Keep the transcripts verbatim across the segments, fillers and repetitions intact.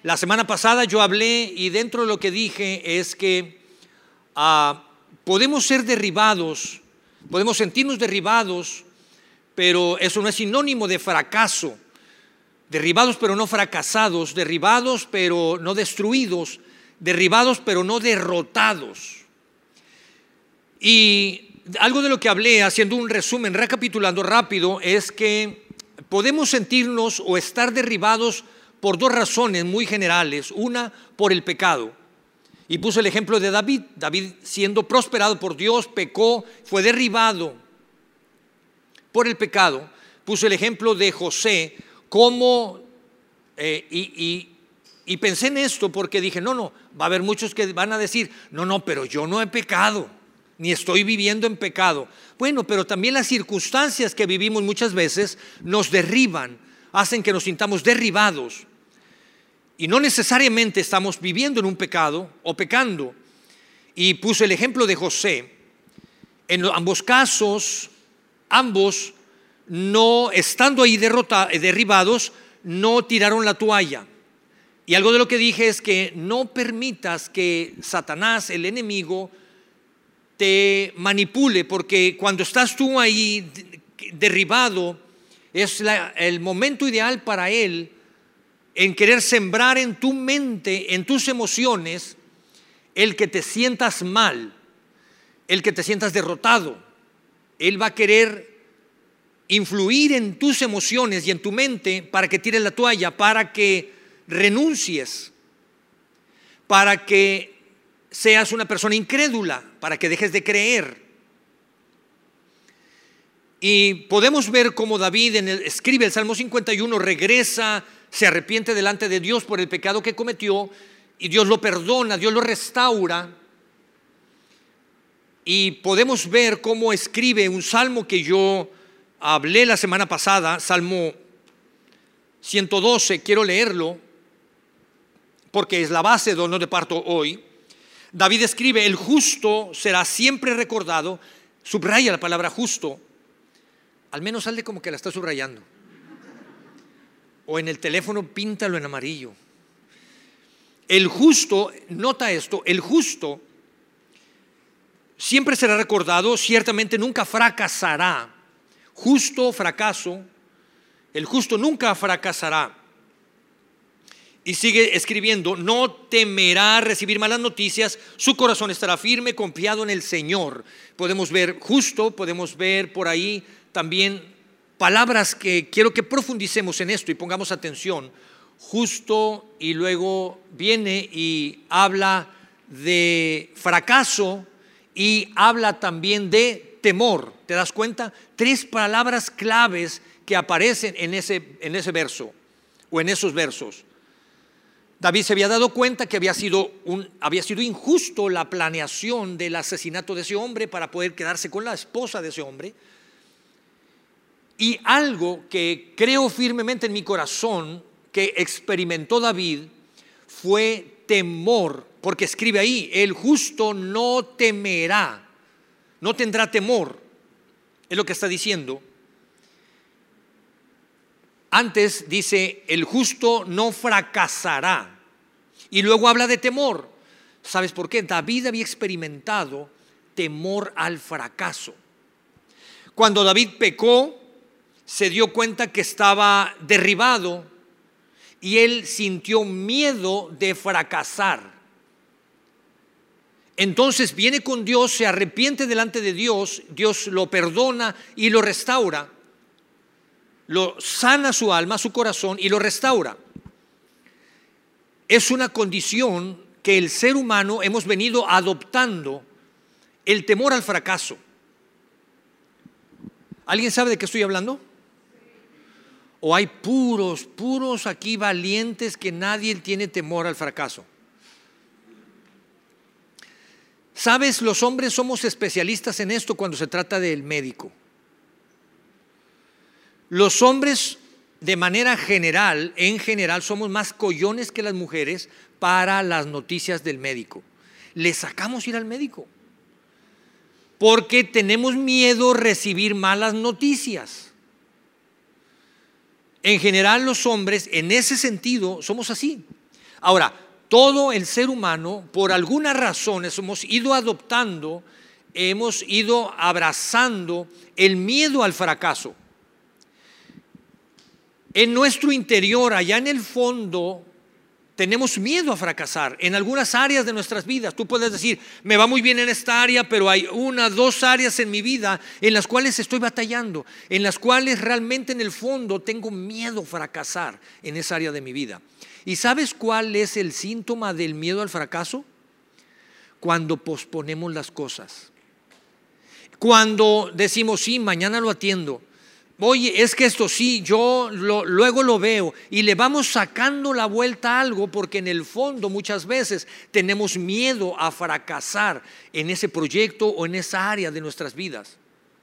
La semana pasada yo hablé y dentro de lo que dije es que uh, podemos ser derribados, podemos sentirnos derribados, pero eso no es sinónimo de fracaso. Derribados pero no fracasados, derribados pero no destruidos, derribados pero no derrotados. Y algo de lo que hablé, haciendo un resumen, recapitulando rápido, es que podemos sentirnos o estar derribados por dos razones muy generales. Una, por el pecado. Y puse el ejemplo de David. David, siendo prosperado por Dios, pecó, fue derribado por el pecado. Puse el ejemplo de José, cómo, eh, y, y, y pensé en esto porque dije, no, no, va a haber muchos que van a decir, no, no, pero yo no he pecado, ni estoy viviendo en pecado. Bueno, pero también las circunstancias que vivimos muchas veces nos derriban, hacen que nos sintamos derribados. Y no necesariamente estamos viviendo en un pecado o pecando. Y puse el ejemplo de José. En ambos casos, ambos, no estando ahí derrota, derribados, no tiraron la toalla. Y algo de lo que dije es que no permitas que Satanás, el enemigo, te manipule, porque cuando estás tú ahí derribado, es la, el momento ideal para él en querer sembrar en tu mente, en tus emociones, el que te sientas mal, el que te sientas derrotado. Él va a querer influir en tus emociones y en tu mente para que tires la toalla, para que renuncies, para que seas una persona incrédula, para que dejes de creer. Y podemos ver cómo David en el, escribe el Salmo cincuenta y uno, regresa, se arrepiente delante de Dios por el pecado que cometió y Dios lo perdona, Dios lo restaura. Y podemos ver cómo escribe un salmo que yo hablé la semana pasada, Salmo ciento doce, quiero leerlo porque es la base de donde parto hoy. David escribe, el justo será siempre recordado, subraya la palabra justo, al menos hazle como que la está subrayando. O en el teléfono píntalo en amarillo. El justo, nota esto, el justo siempre será recordado, ciertamente nunca fracasará. Justo, fracaso, el justo nunca fracasará. Y sigue escribiendo, no temerá recibir malas noticias, su corazón estará firme, confiado en el Señor. Podemos ver justo, podemos ver por ahí también palabras que quiero que profundicemos en esto y pongamos atención. Justo, y luego viene y habla de fracaso y habla también de temor. ¿Te das cuenta? Tres palabras claves que aparecen en ese, en ese verso o en esos versos. David se había dado cuenta que había sido, un, había sido injusto la planeación del asesinato de ese hombre para poder quedarse con la esposa de ese hombre. Y algo que creo firmemente en mi corazón que experimentó David fue temor, porque escribe ahí, el justo no temerá, no tendrá temor, es lo que está diciendo. Antes dice, el justo no fracasará, y luego habla de temor. ¿Sabes por qué? David había experimentado temor al fracaso. Cuando David pecó, se dio cuenta que estaba derribado y él sintió miedo de fracasar. Entonces viene con Dios, se arrepiente delante de Dios, Dios lo perdona y lo restaura, lo sana su alma, su corazón y lo restaura. Es una condición que el ser humano hemos venido adoptando, el temor al fracaso. ¿Alguien sabe de qué estoy hablando? ¿O hay puros, puros aquí valientes que nadie tiene temor al fracaso? ¿Sabes? Los hombres somos especialistas en esto cuando se trata del médico. Los hombres de manera general, en general, somos más collones que las mujeres para las noticias del médico. Le sacamos ir al médico porque tenemos miedo a recibir malas noticias. En general los hombres en ese sentido somos así. Ahora, todo el ser humano, por algunas razones, hemos ido adoptando, hemos ido abrazando el miedo al fracaso. En nuestro interior, allá en el fondo, tenemos miedo a fracasar en algunas áreas de nuestras vidas. Tú puedes decir, me va muy bien en esta área, pero hay una, dos áreas en mi vida en las cuales estoy batallando, en las cuales realmente en el fondo tengo miedo a fracasar en esa área de mi vida. ¿Y sabes cuál es el síntoma del miedo al fracaso? Cuando posponemos las cosas. Cuando decimos, sí, mañana lo atiendo. Oye, es que esto sí, yo lo, luego lo veo, y le vamos sacando la vuelta a algo porque en el fondo muchas veces tenemos miedo a fracasar en ese proyecto o en esa área de nuestras vidas.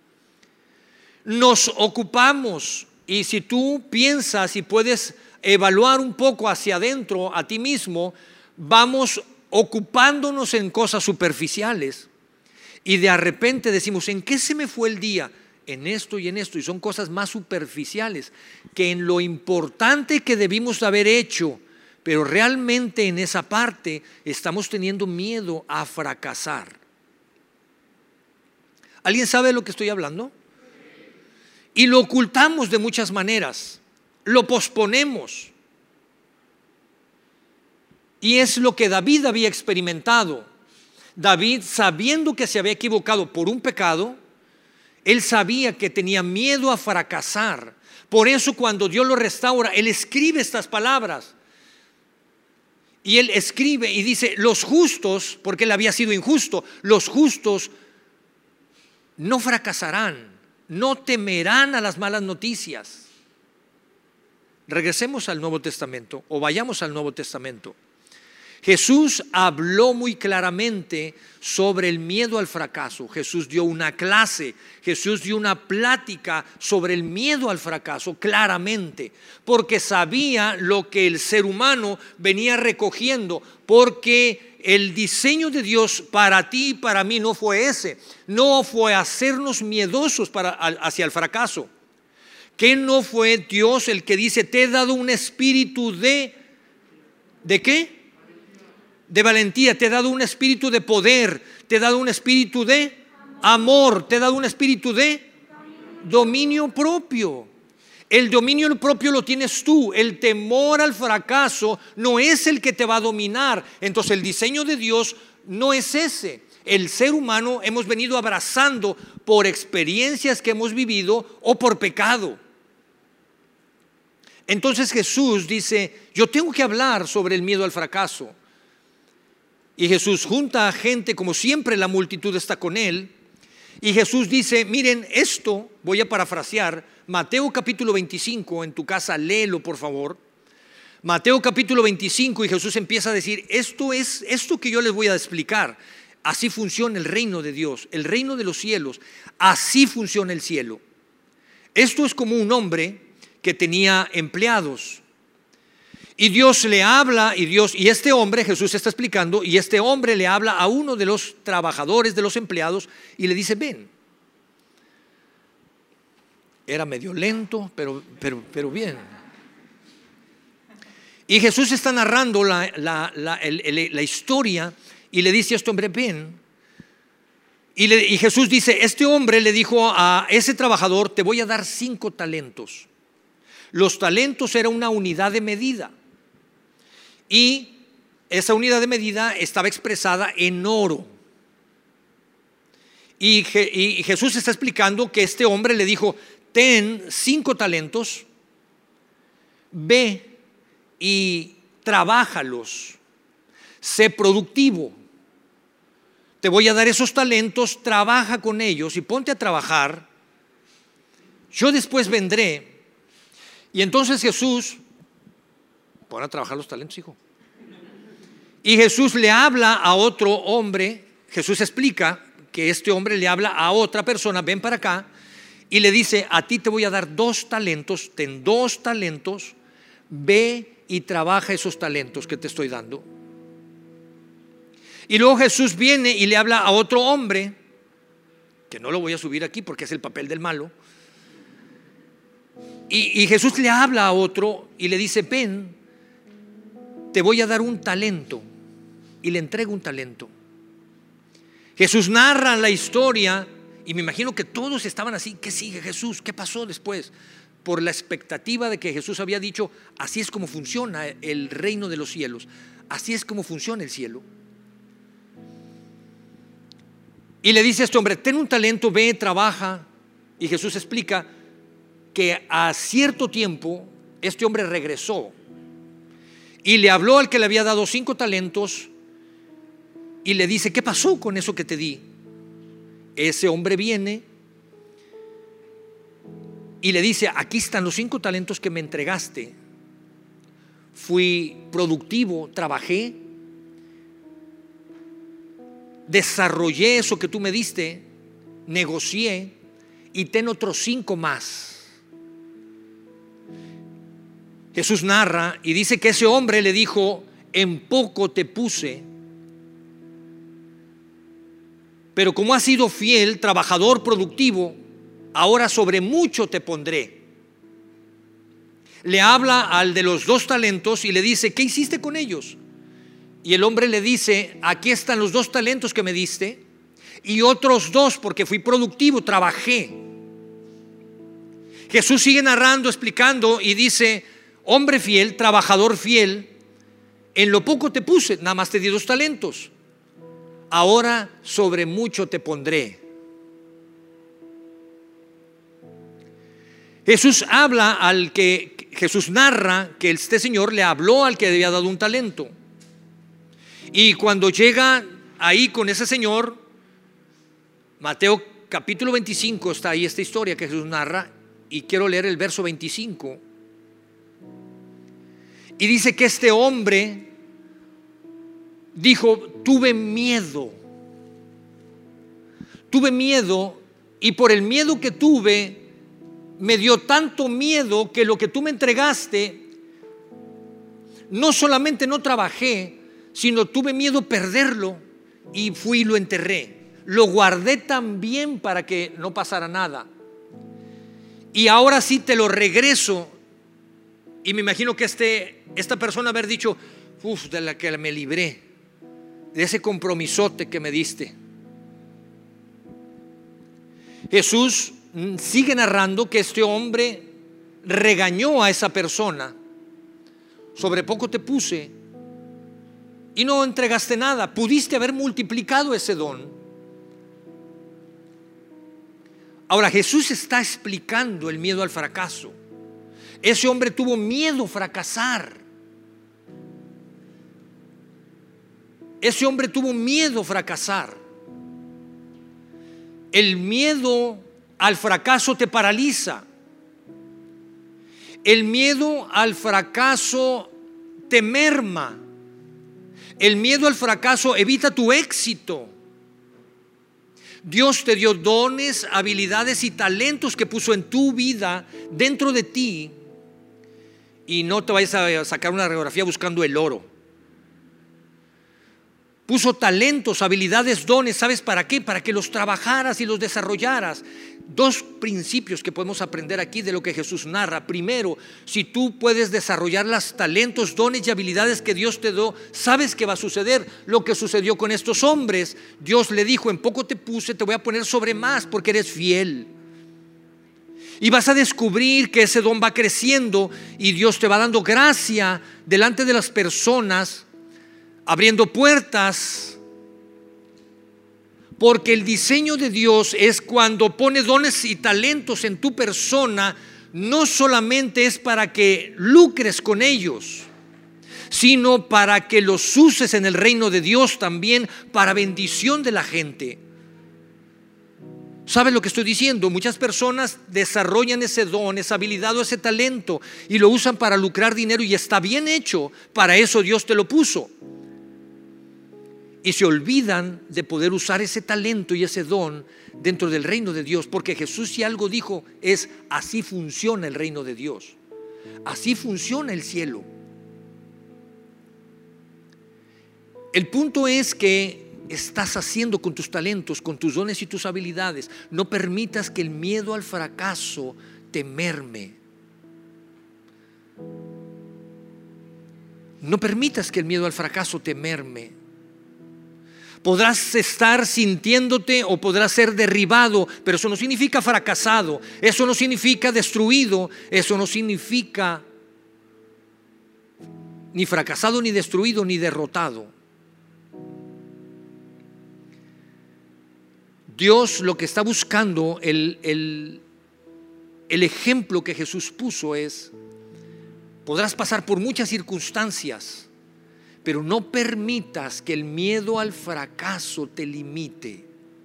Nos ocupamos, y si tú piensas y puedes evaluar un poco hacia adentro a ti mismo, vamos ocupándonos en cosas superficiales y de repente decimos, ¿en qué se me fue el día? En esto y en esto, y son cosas más superficiales que en lo importante que debimos haber hecho, pero realmente en esa parte estamos teniendo miedo a fracasar. ¿Alguien sabe de lo que estoy hablando? Y lo ocultamos de muchas maneras, lo posponemos, y es lo que David había experimentado. David, sabiendo que se había equivocado por un pecado, él sabía que tenía miedo a fracasar. Por eso cuando Dios lo restaura, él escribe estas palabras. Y él escribe y dice, los justos, porque él había sido injusto, los justos no fracasarán, no temerán a las malas noticias. Regresemos al Nuevo Testamento, o vayamos al Nuevo Testamento. Jesús habló muy claramente sobre el miedo al fracaso. Jesús dio una clase, Jesús dio una plática sobre el miedo al fracaso claramente, porque sabía lo que el ser humano venía recogiendo, porque el diseño de Dios para ti y para mí no fue ese, no fue hacernos miedosos para, hacia el fracaso. ¿Qué no fue Dios el que dice, te he dado un espíritu de, ¿de qué? De valentía, te he dado un espíritu de poder, te he dado un espíritu de amor, te he dado un espíritu de dominio propio. El dominio propio lo tienes tú. El temor al fracaso no es el que te va a dominar. Entonces el diseño de Dios no es ese. El ser humano hemos venido abrazando por experiencias que hemos vivido o por pecado. Entonces Jesús dice, yo tengo que hablar sobre el miedo al fracaso. Y Jesús junta a gente, como siempre la multitud está con él, y Jesús dice, miren esto, voy a parafrasear, Mateo capítulo veinticinco, en tu casa léelo por favor, Mateo capítulo veinticinco, y Jesús empieza a decir, esto es esto que yo les voy a explicar, así funciona el reino de Dios, el reino de los cielos, así funciona el cielo. Esto es como un hombre que tenía empleados. Y Dios le habla, y Dios, y este hombre, Jesús está explicando, y este hombre le habla a uno de los trabajadores, de los empleados, y le dice, ven. Era medio lento, pero, pero, pero bien. Y Jesús está narrando la, la, la, el, el, la historia, y le dice a este hombre, ven. Y, le, y Jesús dice, este hombre le dijo a ese trabajador, te voy a dar cinco talentos. Los talentos era una unidad de medida. Y esa unidad de medida estaba expresada en oro. Y, Je, y Jesús está explicando que este hombre le dijo, ten cinco talentos, ve y trabájalos, sé productivo. Te voy a dar esos talentos, trabaja con ellos y ponte a trabajar. Yo después vendré. Y entonces Jesús, pon a trabajar los talentos, hijo. Y Jesús le habla a otro hombre. Jesús explica que este hombre le habla a otra persona, ven para acá, y le dice, a ti te voy a dar dos talentos, ten dos talentos, ve y trabaja esos talentos que te estoy dando. Y luego Jesús viene y le habla a otro hombre, que no lo voy a subir aquí porque es el papel del malo. Y, y Jesús le habla a otro y le dice, ven te voy a dar un talento, y le entrega un talento. Jesús narra la historia y me imagino que todos estaban así. ¿Qué sigue, Jesús? ¿Qué pasó después? Por la expectativa de que Jesús había dicho: así es como funciona el reino de los cielos, así es como funciona el cielo. Y le dice a este hombre: ten un talento, ve, trabaja. Y Jesús explica que a cierto tiempo este hombre regresó y le habló al que le había dado cinco talentos y le dice: ¿qué pasó con eso que te di? Ese hombre viene y le dice: aquí están los cinco talentos que me entregaste. Fui productivo, trabajé, desarrollé eso que tú me diste, negocié, y ten otros cinco más. Jesús narra y dice que ese hombre le dijo: en poco te puse, pero como has sido fiel, trabajador, productivo, ahora sobre mucho te pondré. Le habla al de los dos talentos y le dice: ¿qué hiciste con ellos? Y el hombre le dice: aquí están los dos talentos que me diste y otros dos porque fui productivo, trabajé. Jesús sigue narrando, explicando y dice: hombre fiel, trabajador fiel, en lo poco te puse, nada más te di dos talentos, ahora sobre mucho te pondré. Jesús habla al que, Jesús narra que este señor le habló al que le había dado un talento. Y cuando llega ahí con ese señor, Mateo capítulo veinticinco, está ahí esta historia que Jesús narra, y quiero leer el verso veinticinco. Y dice que este hombre dijo: tuve miedo, tuve miedo, y por el miedo que tuve, me dio tanto miedo que lo que tú me entregaste, no solamente no trabajé, sino tuve miedo perderlo y fui y lo enterré. Lo guardé también para que no pasara nada. Y ahora sí te lo regreso. Y me imagino que este, esta persona haber dicho: uff, de la que me libré, de ese compromisote que me diste. Jesús sigue narrando que este hombre regañó a esa persona: sobre poco te puse y no entregaste nada, pudiste haber multiplicado ese don. Ahora Jesús está explicando el miedo al fracaso. Ese hombre tuvo miedo a fracasar. Ese hombre tuvo miedo a fracasar. El miedo al fracaso te paraliza. El miedo al fracaso te merma. El miedo al fracaso evita tu éxito. Dios te dio dones, habilidades y talentos que puso en tu vida, dentro de ti. Y no te vayas a sacar una radiografía buscando el oro. Puso talentos, habilidades, dones. ¿Sabes para qué? Para que los trabajaras y los desarrollaras. Dos principios que podemos aprender aquí de lo que Jesús narra. Primero, si tú puedes desarrollar los talentos, dones y habilidades que Dios te dio, ¿sabes qué va a suceder? Lo que sucedió con estos hombres. Dios le dijo: en poco te puse, te voy a poner sobre más porque eres fiel. Y vas a descubrir que ese don va creciendo y Dios te va dando gracia delante de las personas, abriendo puertas. Porque el diseño de Dios es cuando pone dones y talentos en tu persona, no solamente es para que lucres con ellos, sino para que los uses en el reino de Dios también, para bendición de la gente. ¿Sabes lo que estoy diciendo? Muchas personas desarrollan ese don, esa habilidad o ese talento y lo usan para lucrar dinero, y está bien hecho, para eso Dios te lo puso. Y se olvidan de poder usar ese talento y ese don dentro del reino de Dios, porque Jesús, si algo dijo, es: así funciona el reino de Dios, así funciona el cielo. El punto es que estás haciendo con tus talentos, con tus dones y tus habilidades. No permitas que el miedo al fracaso te merme. No permitas que el miedo al fracaso te merme. Podrás estar sintiéndote o podrás ser derribado, pero eso no significa fracasado, eso no significa destruido, eso no significa ni fracasado, ni destruido, ni derrotado. Dios lo que está buscando, el, el, el ejemplo que Jesús puso es: podrás pasar por muchas circunstancias, pero no permitas que el miedo al fracaso te limite.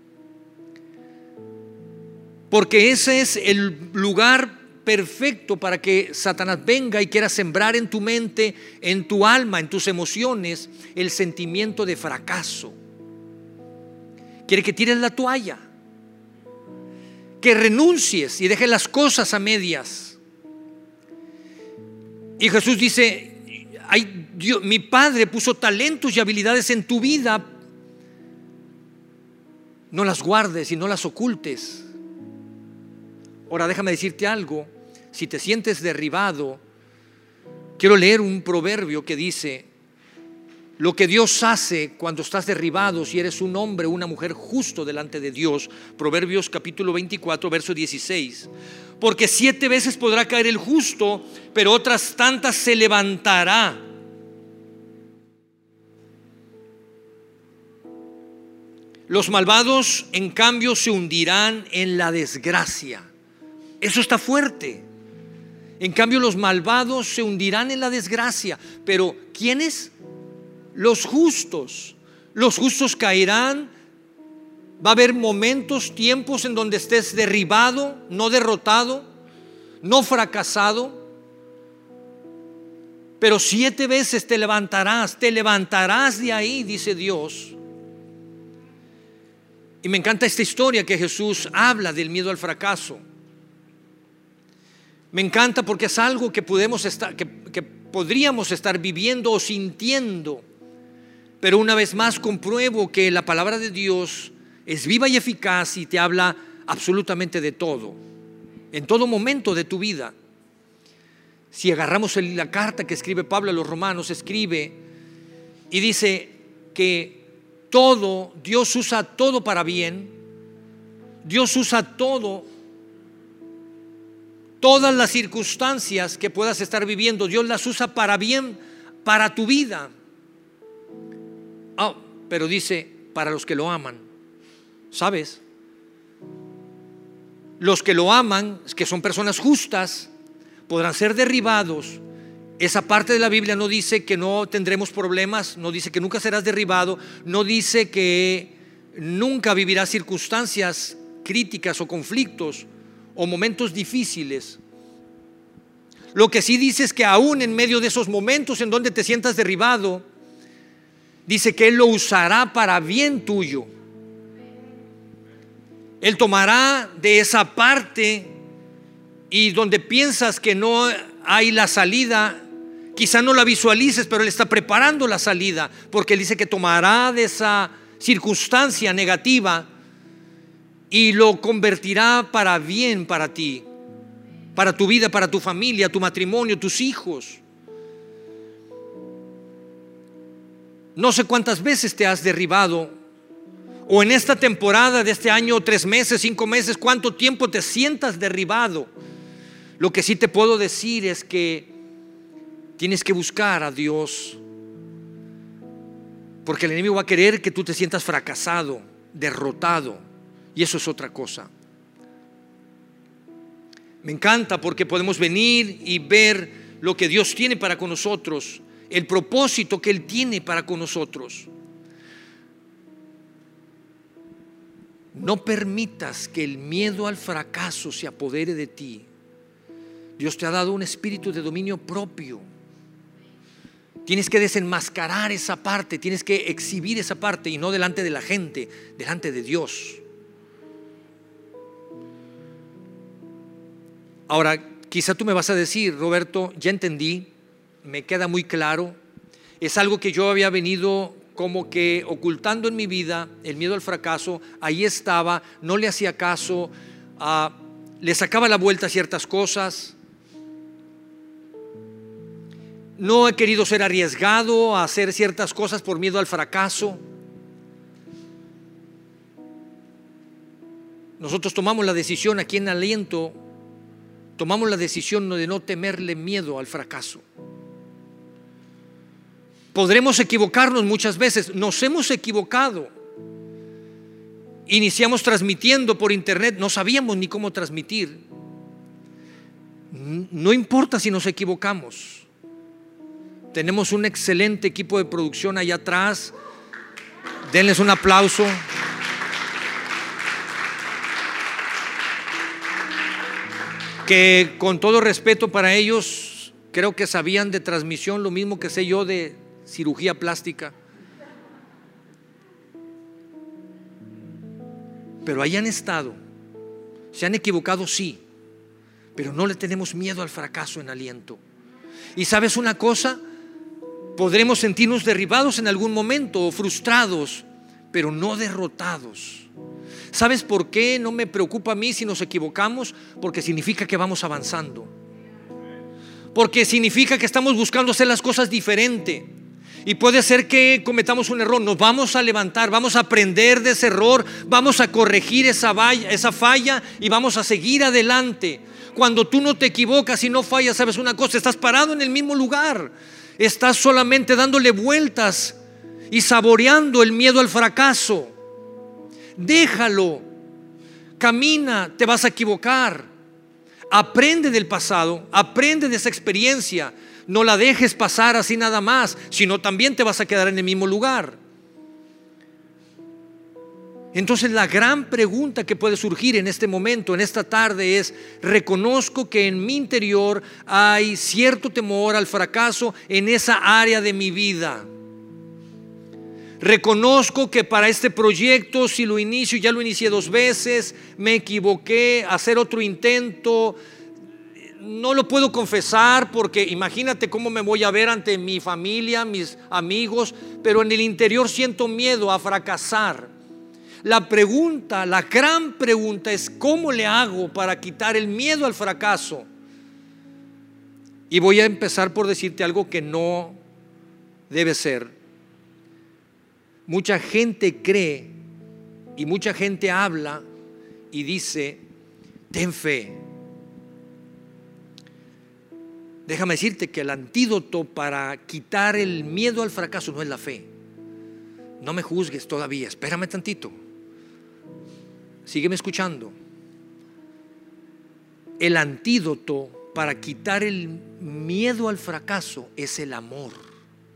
Porque ese es el lugar perfecto para que Satanás venga y quiera sembrar en tu mente, en tu alma, en tus emociones, el sentimiento de fracaso. Quiere que tires la toalla, que renuncies y dejes las cosas a medias. Y Jesús dice: Ay, Dios, mi Padre puso talentos y habilidades en tu vida, no las guardes y no las ocultes. Ahora déjame decirte algo: si te sientes derribado, quiero leer un proverbio que dice: lo que Dios hace cuando estás derribado, si eres un hombre o una mujer justo delante de Dios. Proverbios capítulo veinticuatro, verso dieciséis. Porque siete veces podrá caer el justo, pero otras tantas se levantará. Los malvados, en cambio, se hundirán en la desgracia. Eso está fuerte. En cambio, los malvados se hundirán en la desgracia. Pero ¿quiénes? Los justos. Los justos caerán. Va a haber momentos, tiempos en donde estés derribado, no derrotado, no fracasado. Pero siete veces te levantarás, te levantarás de ahí, dice Dios. Y me encanta esta historia que Jesús habla del miedo al fracaso. Me encanta porque es algo que, podemos estar, que, que podríamos estar viviendo o sintiendo. Pero una vez más compruebo que la palabra de Dios es viva y eficaz y te habla absolutamente de todo, en todo momento de tu vida. Si agarramos la carta que escribe Pablo a los romanos, escribe y dice que todo, Dios usa todo para bien. Dios usa todo, todas las circunstancias que puedas estar viviendo, Dios las usa para bien, para tu vida. Oh, pero dice: para los que lo aman. ¿Sabes? Los que lo aman, que son personas justas, podrán ser derribados. Esa parte de la Biblia no dice que no tendremos problemas, no dice que nunca serás derribado, no dice que nunca vivirás circunstancias críticas o conflictos o momentos difíciles. Lo que sí dice es que aún en medio de esos momentos en donde te sientas derribado, dice que Él lo usará para bien tuyo. Él tomará de esa parte y donde piensas que no hay la salida, quizá no la visualices, pero Él está preparando la salida, porque Él dice que tomará de esa circunstancia negativa y lo convertirá para bien para ti, para tu vida, para tu familia, tu matrimonio, tus hijos. No sé cuántas veces te has derribado, o en esta temporada de este año, tres meses, cinco meses, cuánto tiempo te sientas derribado. Lo que sí te puedo decir es que tienes que buscar a Dios, porque el enemigo va a querer que tú te sientas fracasado, derrotado, y eso es otra cosa. Me encanta porque podemos venir y ver lo que Dios tiene para con nosotros, el propósito que Él tiene para con nosotros. No permitas que el miedo al fracaso se apodere de ti. Dios te ha dado un espíritu de dominio propio. Tienes que desenmascarar esa parte, tienes que exhibir esa parte, y no delante de la gente, delante de Dios. Ahora, quizá tú me vas a decir: Roberto, ya entendí, me queda muy claro, es algo que yo había venido como que ocultando en mi vida, el miedo al fracaso, ahí estaba, no le hacía caso, uh, le sacaba la vuelta a ciertas cosas. No he querido ser arriesgado a hacer ciertas cosas por miedo al fracaso. Nosotros tomamos la decisión aquí en Aliento, tomamos la decisión de no temerle miedo al fracaso. Podremos equivocarnos muchas veces, nos hemos equivocado. Iniciamos transmitiendo por internet, no sabíamos ni cómo transmitir. No importa si nos equivocamos. Tenemos un excelente equipo de producción allá atrás. Denles un aplauso. Que con todo respeto para ellos, creo que sabían de transmisión lo mismo que sé yo de cirugía plástica. Pero ahí han estado. Se han equivocado, sí, pero no le tenemos miedo al fracaso en Aliento. Y ¿sabes una cosa? Podremos sentirnos derribados en algún momento o frustrados, pero no derrotados. ¿Sabes por qué no me preocupa a mí si nos equivocamos? Porque significa que vamos avanzando. Porque significa que estamos buscando hacer las cosas diferente. Y puede ser que cometamos un error. Nos vamos a levantar, vamos a aprender de ese error, vamos a corregir esa, valla, esa falla y vamos a seguir adelante. Cuando tú no te equivocas y no fallas, ¿sabes una cosa? Estás parado en el mismo lugar. Estás solamente dándole vueltas y saboreando el miedo al fracaso. Déjalo, camina, te vas a equivocar. Aprende del pasado, aprende de esa experiencia. No la dejes pasar así nada más, sino también te vas a quedar en el mismo lugar. Entonces la gran pregunta que puede surgir en este momento, en esta tarde es: reconozco que en mi interior hay cierto temor al fracaso en esa área de mi vida. Reconozco que para este proyecto, si lo inicio, ya lo inicié dos veces, me equivoqué, hacer otro intento, no lo puedo confesar porque imagínate cómo me voy a ver ante mi familia, mis amigos, pero en el interior siento miedo a fracasar. La pregunta, la gran pregunta es: ¿cómo le hago para quitar el miedo al fracaso? Y voy a empezar por decirte algo que no debe ser. Mucha gente cree y mucha gente habla y dice: ten fe. Déjame decirte que el antídoto para quitar el miedo al fracaso no es la fe. No me juzgues todavía, espérame tantito. Sígueme escuchando. El antídoto para quitar el miedo al fracaso es el amor.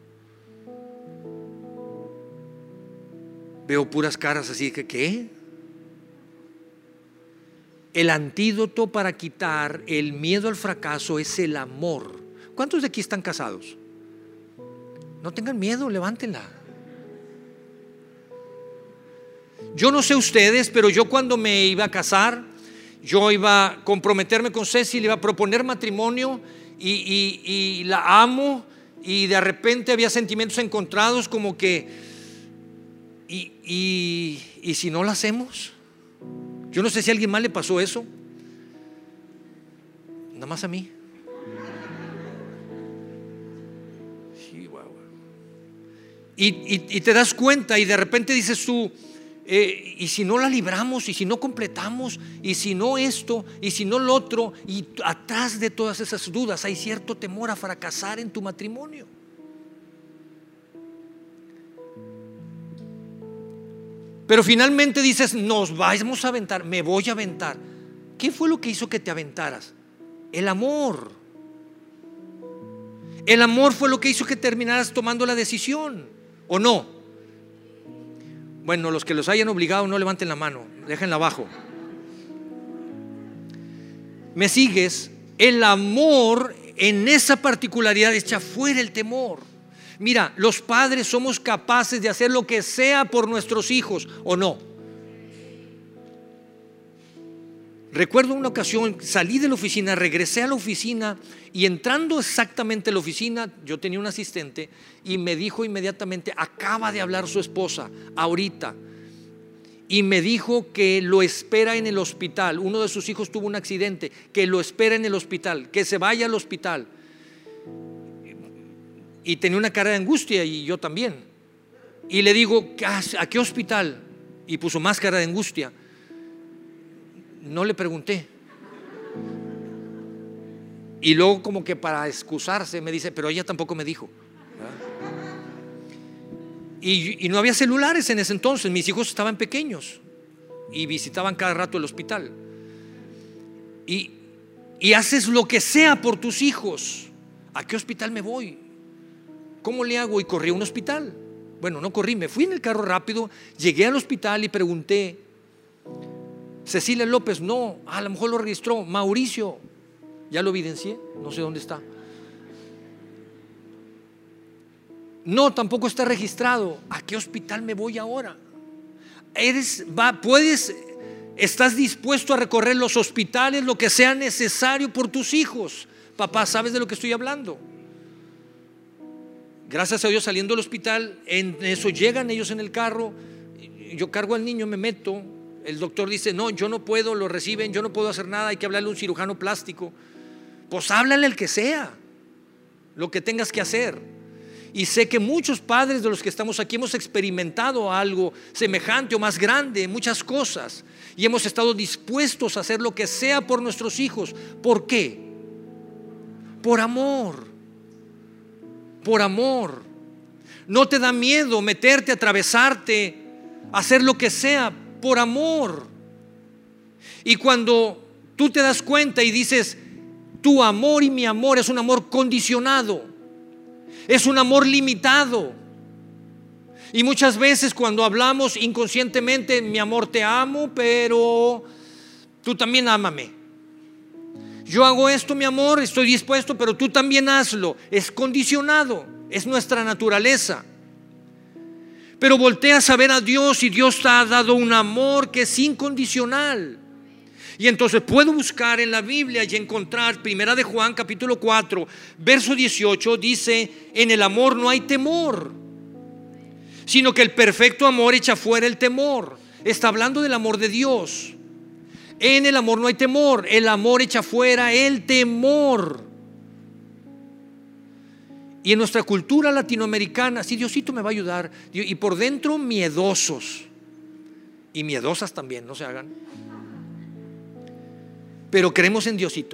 Veo puras caras así que ¿qué? El antídoto para quitar el miedo al fracaso es el amor. ¿Cuántos de aquí están casados? No tengan miedo, levántenla. Yo no sé ustedes, pero yo cuando me iba a casar, yo iba a comprometerme con Ceci, le iba a proponer matrimonio y, y, y la amo, y de repente había sentimientos encontrados como que y, y, y si no la hacemos. Yo no sé si a alguien más le pasó eso. Nada más a mí. Sí, wow. y, y, y te das cuenta y de repente dices tú, Eh, y si no la libramos, y si no completamos, y si no esto, y si no lo otro, y atrás de todas esas dudas hay cierto temor a fracasar en tu matrimonio. Pero finalmente dices: nos vamos a aventar, me voy a aventar. ¿Qué fue lo que hizo que te aventaras? El amor. El amor fue lo que hizo que terminaras tomando la decisión, ¿o no? Bueno, los que los hayan obligado no levanten la mano, déjenla abajo. ¿Me sigues? El amor en esa particularidad echa fuera el temor. Mira, los padres somos capaces de hacer lo que sea por nuestros hijos, ¿o no? Recuerdo una ocasión, salí de la oficina, regresé a la oficina y entrando exactamente a la oficina, yo tenía un asistente y me dijo inmediatamente: acaba de hablar su esposa ahorita y me dijo que lo espera en el hospital. Uno de sus hijos tuvo un accidente, que lo espera en el hospital, que se vaya al hospital. y tenía una cara de angustia y yo también. Y le digo, ¿a qué hospital? Y puso más cara de angustia. No le pregunté. Y luego, como que para excusarse, me dice, pero ella tampoco me dijo. Y, y no había celulares en ese entonces, mis hijos estaban pequeños y visitaban cada rato el hospital. Y, y haces lo que sea por tus hijos. ¿A qué hospital me voy? ¿Cómo le hago? Y corrí a un hospital. Bueno, no corrí, me fui en el carro rápido, llegué al hospital y pregunté, Cecilia López, no, a lo mejor lo registró. Mauricio, ya lo evidencié, no sé dónde está. No, tampoco está registrado. ¿A qué hospital me voy ahora? Eres, va, puedes, estás dispuesto a recorrer los hospitales, lo que sea necesario por tus hijos. Papá, ¿sabes de lo que estoy hablando? Gracias a Dios, saliendo del hospital, en eso llegan ellos en el carro. Yo cargo al niño, me meto. El doctor dice, no, yo no puedo, lo reciben, yo no puedo hacer nada, hay que hablarle a un cirujano plástico. Pues háblale al que sea, lo que tengas que hacer. Y sé que muchos padres de los que estamos aquí hemos experimentado algo semejante o más grande, muchas cosas, y hemos estado dispuestos a hacer lo que sea por nuestros hijos. ¿Por qué? Por amor. Por amor. No te da miedo meterte, atravesarte, hacer lo que sea por amor. Y cuando tú te das cuenta y dices, tu amor y mi amor es un amor condicionado, es un amor limitado. Y muchas veces cuando hablamos inconscientemente, mi amor, te amo, pero tú también ámame. Yo hago esto, mi amor, estoy dispuesto, pero tú también hazlo. Es condicionado, es nuestra naturaleza. Pero volteas a ver a Dios y Dios te ha dado un amor que es incondicional. Y entonces puedo buscar en la Biblia y encontrar Primera de Juan capítulo cuatro verso dieciocho, dice, en el amor no hay temor, sino que el perfecto amor echa fuera el temor. Está hablando del amor de Dios. En el amor no hay temor, el amor echa fuera el temor. Y en nuestra cultura latinoamericana, sí, Diosito me va a ayudar, y por dentro miedosos y miedosas también, no se hagan. Pero creemos en Diosito.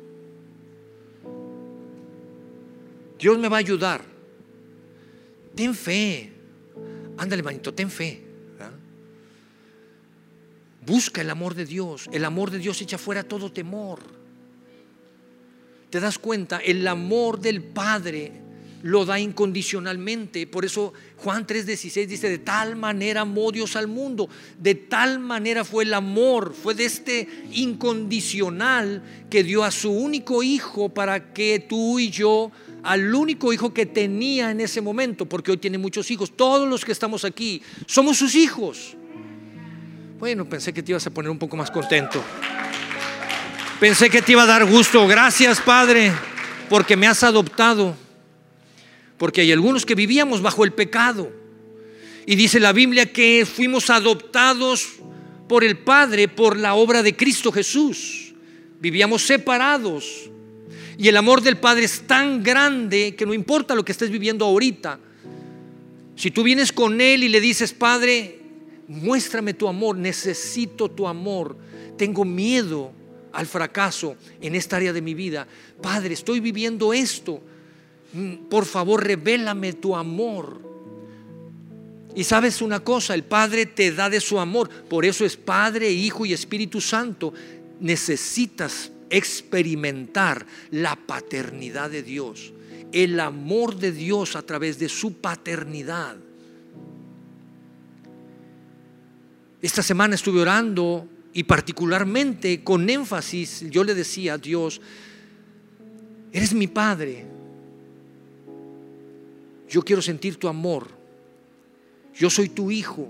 Dios me va a ayudar. Ten fe. Ándale, manito, ten fe. ¿Verdad? Busca el amor de Dios. El amor de Dios echa fuera todo temor. ¿Te das cuenta? El amor del Padre lo da incondicionalmente. Por eso Juan tres dieciséis dice, de tal manera amó Dios al mundo, de tal manera fue el amor, fue de este incondicional que dio a su único hijo para que tú y yo, al único hijo que tenía en ese momento, porque hoy tiene muchos hijos, todos los que estamos aquí somos sus hijos. Bueno, pensé que te ibas a poner un poco más contento, pensé que te iba a dar gusto. Gracias, Padre, porque me has adoptado. Porque hay algunos que vivíamos bajo el pecado. Y dice la Biblia que fuimos adoptados por el Padre por la obra de Cristo Jesús. Vivíamos separados. Y el amor del Padre es tan grande que no importa lo que estés viviendo ahorita. Si tú vienes con Él y le dices, Padre, muéstrame tu amor, necesito tu amor, tengo miedo al fracaso en esta área de mi vida. Padre, estoy viviendo esto. Por favor, revélame tu amor. Y sabes una cosa, el Padre te da de su amor. Por eso es Padre, Hijo y Espíritu Santo. Necesitas experimentar la paternidad de Dios, el amor de Dios a través de su paternidad. Esta semana estuve orando y particularmente con énfasis yo le decía a Dios, eres mi Padre. Yo quiero sentir tu amor. Yo soy tu hijo.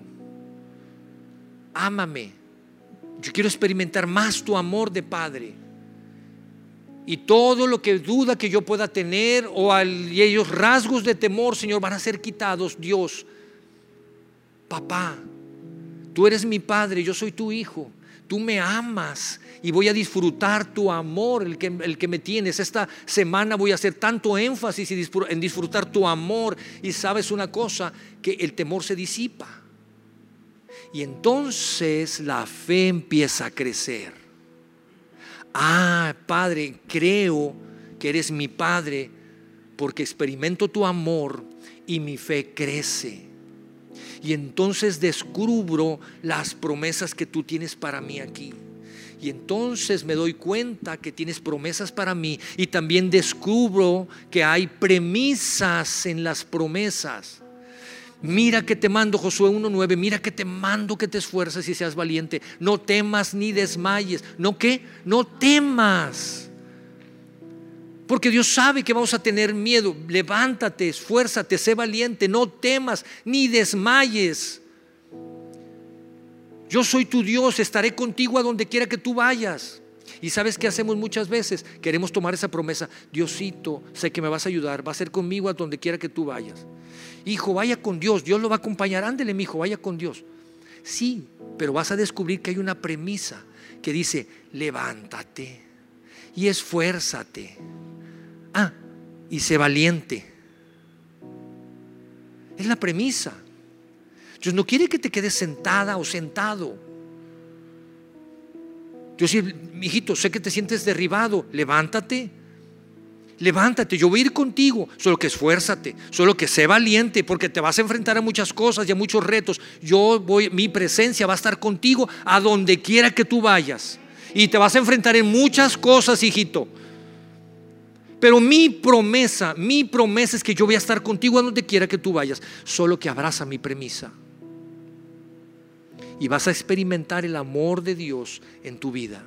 Ámame. Yo quiero experimentar más tu amor de Padre. Y todo lo que duda que yo pueda tener o aquellos rasgos de temor, Señor, van a ser quitados. Dios, papá, tú eres mi Padre, yo soy tu hijo. tú me amas y voy a disfrutar tu amor, el que, el que me tienes. Esta semana voy a hacer tanto énfasis en disfrutar tu amor. Y sabes una cosa, que el temor se disipa. Y entonces la fe empieza a crecer. Ah, Padre, creo que eres mi Padre porque experimento tu amor y mi fe crece. Y entonces descubro las promesas que tú tienes para mí aquí. Y entonces me doy cuenta que tienes promesas para mí. Y también descubro que hay premisas en las promesas. Mira que te mando, Josué uno nueve, mira que te mando que te esfuerces y seas valiente. No temas ni desmayes. ¿No qué? No temas. Porque Dios sabe que vamos a tener miedo. Levántate, esfuérzate, sé valiente, no temas ni desmayes. Yo soy tu Dios, estaré contigo a donde quiera que tú vayas. Y ¿sabes qué hacemos muchas veces? Queremos tomar esa promesa. Diosito, sé que me vas a ayudar, vas a ser conmigo a donde quiera que tú vayas. Hijo, vaya con Dios, Dios lo va a acompañar. Ándele, mi hijo, vaya con Dios. Sí, pero vas a descubrir que hay una premisa que dice: levántate y esfuérzate. Ah, y sé valiente. Es la premisa. Dios no quiere que te quedes sentada o sentado. Dios dice: hijito, sé que te sientes derribado, levántate. Levántate, yo voy a ir contigo. Solo que esfuérzate, solo que sé valiente, porque te vas a enfrentar a muchas cosas y a muchos retos. Yo voy, mi presencia va a estar contigo a donde quiera que tú vayas. Y te vas a enfrentar en muchas cosas, hijito. Pero mi promesa, mi promesa es que yo voy a estar contigo a donde quiera que tú vayas. Solo que abraza mi premisa. Y vas a experimentar el amor de Dios en tu vida.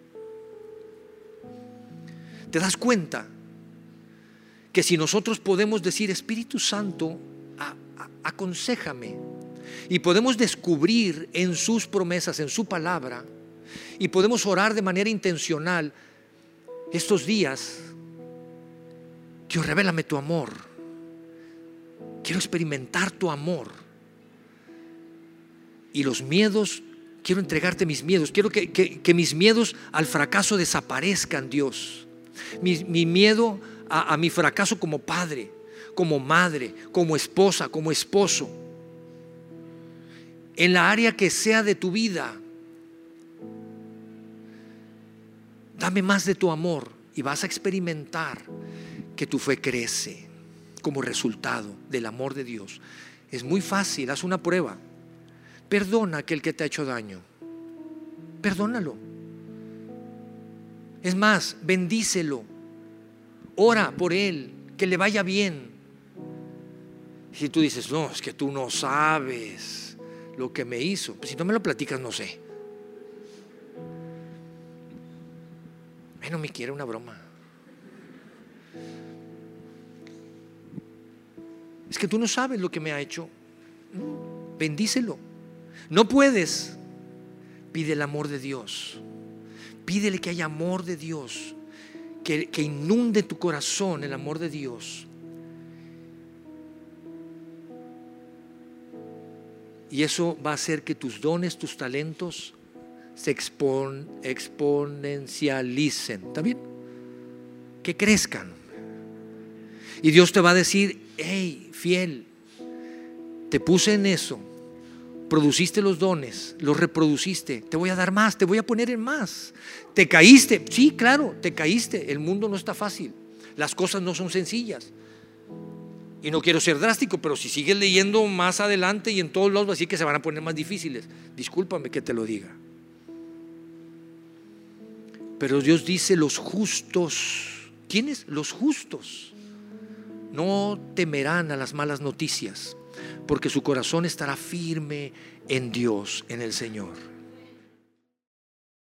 ¿Te das cuenta? Que si nosotros podemos decir: Espíritu Santo, a, a, aconséjame. Y podemos descubrir en sus promesas, en su palabra. Y podemos orar de manera intencional estos días: Dios, revélame tu amor. Quiero experimentar tu amor. Y los miedos, quiero entregarte mis miedos. Quiero que, que, que mis miedos al fracaso desaparezcan, Dios. Mi, mi miedo a, a mi fracaso como padre, como madre, como esposa, como esposo. En la área que sea de tu vida. Dame más de tu amor y vas a experimentar que tu fe crece como resultado del amor de Dios. Es muy fácil, haz una prueba. Perdona a aquel que te ha hecho daño. Perdónalo. Es más, bendícelo. Ora por él, que le vaya bien. Si tú dices: no, es que tú no sabes lo que me hizo. Pues si no me lo platicas, no sé. Bueno, me quiere una broma. Es que tú no sabes lo que me ha hecho. Bendícelo. No puedes. Pide el amor de Dios. Pídele que haya amor de Dios, que, que inunde tu corazón el amor de Dios. Y eso va a hacer que tus dones, tus talentos se expon, exponencialicen. ¿Está bien? Que crezcan. Y Dios te va a decir: hey, fiel, te puse en eso, produciste los dones, los reproduciste, te voy a dar más, te voy a poner en más. Te caíste, sí, claro, te caíste. El mundo no está fácil, las cosas no son sencillas. Y no quiero ser drástico, pero si sigues leyendo más adelante y en todos lados, así que se van a poner más difíciles. Discúlpame que te lo diga. Pero Dios dice: los justos. ¿Quiénes? Los justos no temerán a las malas noticias, porque su corazón estará firme en Dios, en el Señor.